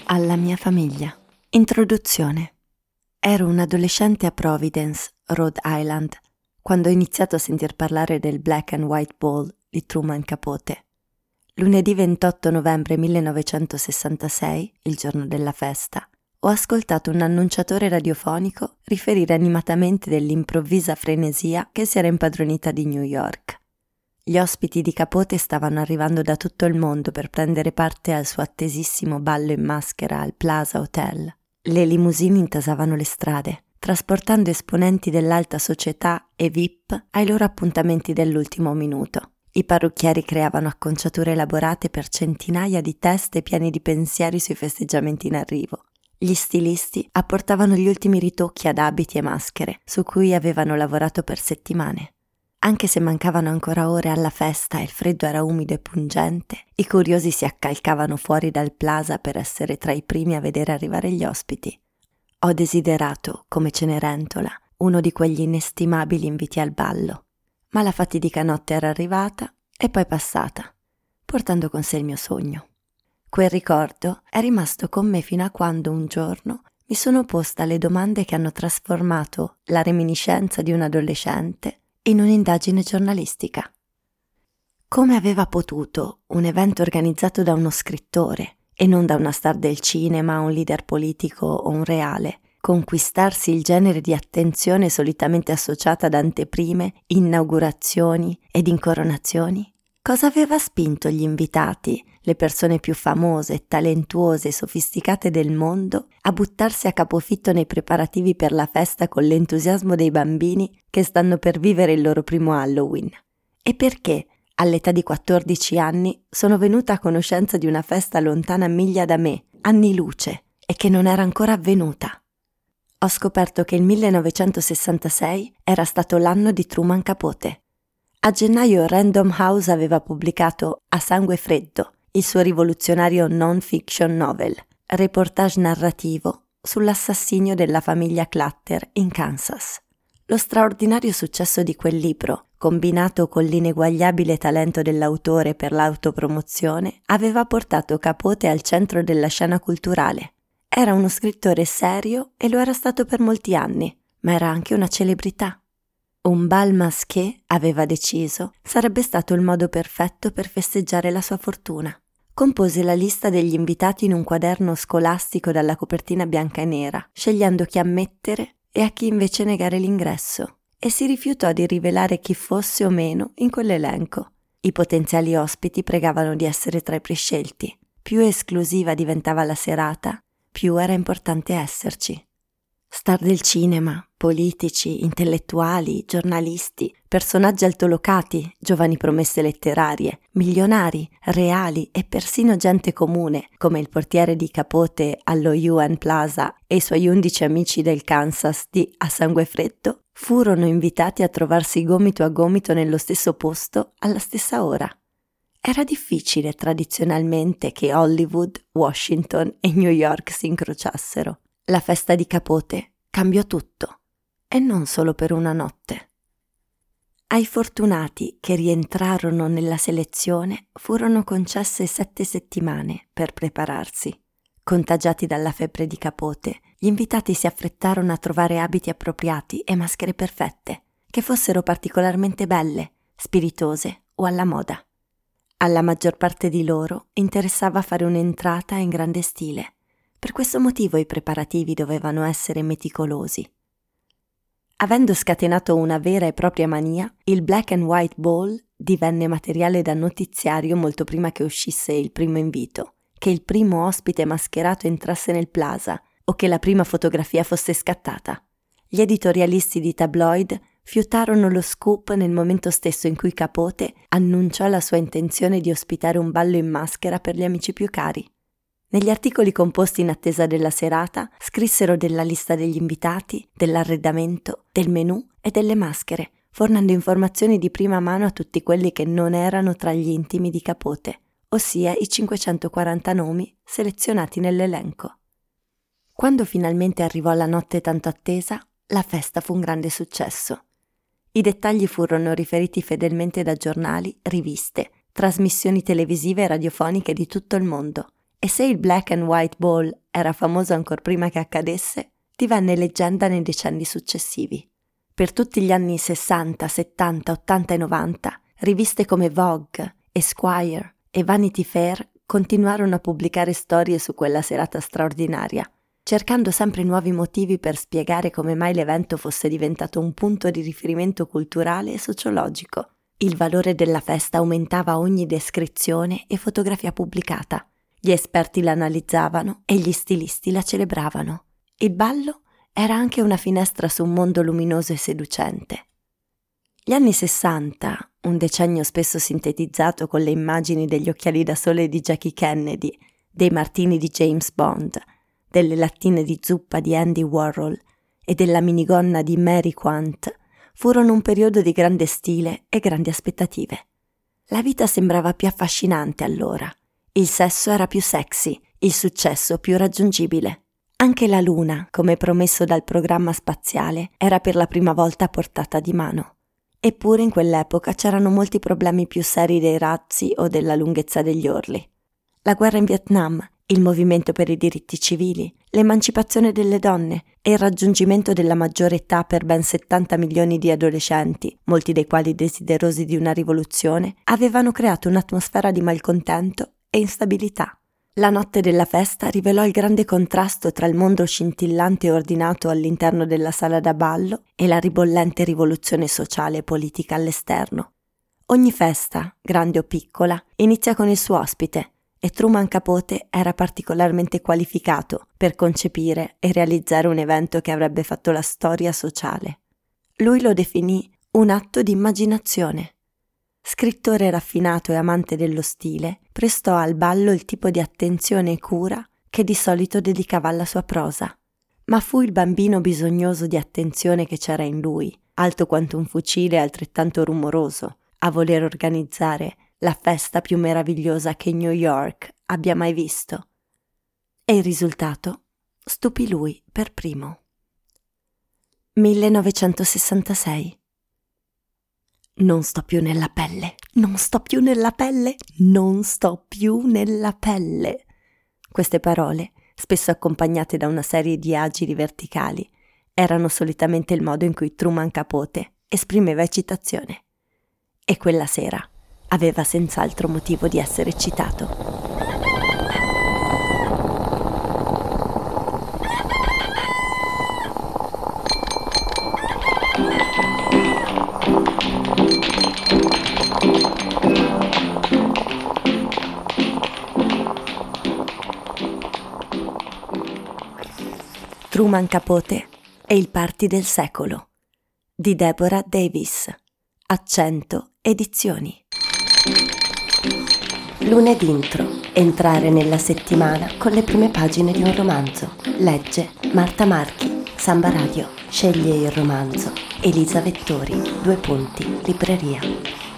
Alla mia famiglia. Introduzione. Ero un adolescente a Providence, Rhode Island, quando ho iniziato a sentir parlare del Black and White Ball di Truman Capote. Lunedì 28 novembre 1966, il giorno della festa, ho ascoltato un annunciatore radiofonico riferire animatamente dell'improvvisa frenesia che si era impadronita di New York. Gli ospiti di Capote stavano arrivando da tutto il mondo per prendere parte al suo attesissimo ballo in maschera al Plaza Hotel. Le limousine intasavano le strade, trasportando esponenti dell'alta società e VIP ai loro appuntamenti dell'ultimo minuto. I parrucchieri creavano acconciature elaborate per centinaia di teste piene di pensieri sui festeggiamenti in arrivo. Gli stilisti apportavano gli ultimi ritocchi ad abiti e maschere, su cui avevano lavorato per settimane. Anche se mancavano ancora ore alla festa e il freddo era umido e pungente, i curiosi si accalcavano fuori dal plaza per essere tra i primi a vedere arrivare gli ospiti. Ho desiderato, come Cenerentola, uno di quegli inestimabili inviti al ballo, ma la fatidica notte era arrivata e poi passata, portando con sé il mio sogno. Quel ricordo è rimasto con me fino a quando un giorno mi sono posta le domande che hanno trasformato la reminiscenza di un adolescente in un'indagine giornalistica. Come aveva potuto un evento organizzato da uno scrittore e non da una star del cinema, un leader politico o un reale, conquistarsi il genere di attenzione solitamente associata ad anteprime, inaugurazioni ed incoronazioni? Cosa aveva spinto gli invitati, le persone più famose, talentuose e sofisticate del mondo, a buttarsi a capofitto nei preparativi per la festa con l'entusiasmo dei bambini che stanno per vivere il loro primo Halloween? E perché, all'età di 14 anni, sono venuta a conoscenza di una festa lontana miglia da me, anni luce, e che non era ancora avvenuta? Ho scoperto che il 1966 era stato l'anno di Truman Capote. A gennaio Random House aveva pubblicato A sangue freddo, il suo rivoluzionario non-fiction novel, reportage narrativo sull'assassinio della famiglia Clutter in Kansas. Lo straordinario successo di quel libro, combinato con l'ineguagliabile talento dell'autore per l'autopromozione, aveva portato Capote al centro della scena culturale. Era uno scrittore serio e lo era stato per molti anni, ma era anche una celebrità. Un bal masqué, aveva deciso, sarebbe stato il modo perfetto per festeggiare la sua fortuna. Compose la lista degli invitati in un quaderno scolastico dalla copertina bianca e nera, scegliendo chi ammettere e a chi invece negare l'ingresso, e si rifiutò di rivelare chi fosse o meno in quell'elenco. I potenziali ospiti pregavano di essere tra i prescelti. Più esclusiva diventava la serata, più era importante esserci. Star del cinema, politici, intellettuali, giornalisti, personaggi altolocati, giovani promesse letterarie, milionari, reali e persino gente comune, come il portiere di Capote allo UN Plaza e i suoi 11 amici del Kansas di A sangue freddo, furono invitati a trovarsi gomito a gomito nello stesso posto alla stessa ora. Era difficile tradizionalmente che Hollywood, Washington e New York si incrociassero. La festa di Capote cambiò tutto, e non solo per una notte. Ai fortunati che rientrarono nella selezione furono concesse 7 settimane per prepararsi. Contagiati dalla febbre di Capote, gli invitati si affrettarono a trovare abiti appropriati e maschere perfette, che fossero particolarmente belle, spiritose o alla moda. Alla maggior parte di loro interessava fare un'entrata in grande stile. Per questo motivo i preparativi dovevano essere meticolosi. Avendo scatenato una vera e propria mania, il Black and White Ball divenne materiale da notiziario molto prima che uscisse il primo invito, che il primo ospite mascherato entrasse nel plaza o che la prima fotografia fosse scattata. Gli editorialisti di tabloid fiutarono lo scoop nel momento stesso in cui Capote annunciò la sua intenzione di ospitare un ballo in maschera per gli amici più cari. Negli articoli composti in attesa della serata scrissero della lista degli invitati, dell'arredamento, del menù e delle maschere, fornendo informazioni di prima mano a tutti quelli che non erano tra gli intimi di Capote, ossia i 540 nomi selezionati nell'elenco. Quando finalmente arrivò la notte tanto attesa, la festa fu un grande successo. I dettagli furono riferiti fedelmente da giornali, riviste, trasmissioni televisive e radiofoniche di tutto il mondo, E se il Black and White Ball era famoso ancor prima che accadesse, divenne leggenda nei decenni successivi. Per tutti gli anni 60, 70, 80 e 90, riviste come Vogue, Esquire e Vanity Fair continuarono a pubblicare storie su quella serata straordinaria, cercando sempre nuovi motivi per spiegare come mai l'evento fosse diventato un punto di riferimento culturale e sociologico. Il valore della festa aumentava a ogni descrizione e fotografia pubblicata. Gli esperti la analizzavano e gli stilisti la celebravano. Il ballo era anche una finestra su un mondo luminoso e seducente. Gli anni 60, un decennio spesso sintetizzato con le immagini degli occhiali da sole di Jackie Kennedy, dei martini di James Bond, delle lattine di zuppa di Andy Warhol e della minigonna di Mary Quant, furono un periodo di grande stile e grandi aspettative. La vita sembrava più affascinante allora. Il sesso era più sexy, il successo più raggiungibile. Anche la luna, come promesso dal programma spaziale, era per la prima volta a portata di mano. Eppure in quell'epoca c'erano molti problemi più seri dei razzi o della lunghezza degli orli. La guerra in Vietnam, il movimento per i diritti civili, l'emancipazione delle donne e il raggiungimento della maggiore età per ben 70 milioni di adolescenti, molti dei quali desiderosi di una rivoluzione, avevano creato un'atmosfera di malcontento e instabilità. La notte della festa rivelò il grande contrasto tra il mondo scintillante e ordinato all'interno della sala da ballo e la ribollente rivoluzione sociale e politica all'esterno. Ogni festa, grande o piccola, inizia con il suo ospite e Truman Capote era particolarmente qualificato per concepire e realizzare un evento che avrebbe fatto la storia sociale. Lui lo definì un atto di immaginazione. Scrittore raffinato e amante dello stile, prestò al ballo il tipo di attenzione e cura che di solito dedicava alla sua prosa. Ma fu il bambino bisognoso di attenzione che c'era in lui, alto quanto un fucile e altrettanto rumoroso, a voler organizzare la festa più meravigliosa che New York abbia mai visto. E il risultato stupì lui per primo. 1966. Non sto più nella pelle, non sto più nella pelle, non sto più nella pelle. Queste parole, spesso accompagnate da una serie di agili verticali, erano solitamente il modo in cui Truman Capote esprimeva eccitazione. E quella sera aveva senz'altro motivo di essere eccitato. Truman Capote e il party del secolo di Deborah Davis, Accento Edizioni. Lunedì intro, entrare nella settimana con le prime pagine di un romanzo. Legge Marta Marchi, Samba Radio. Sceglie il romanzo Elisa Vettori, Libreria.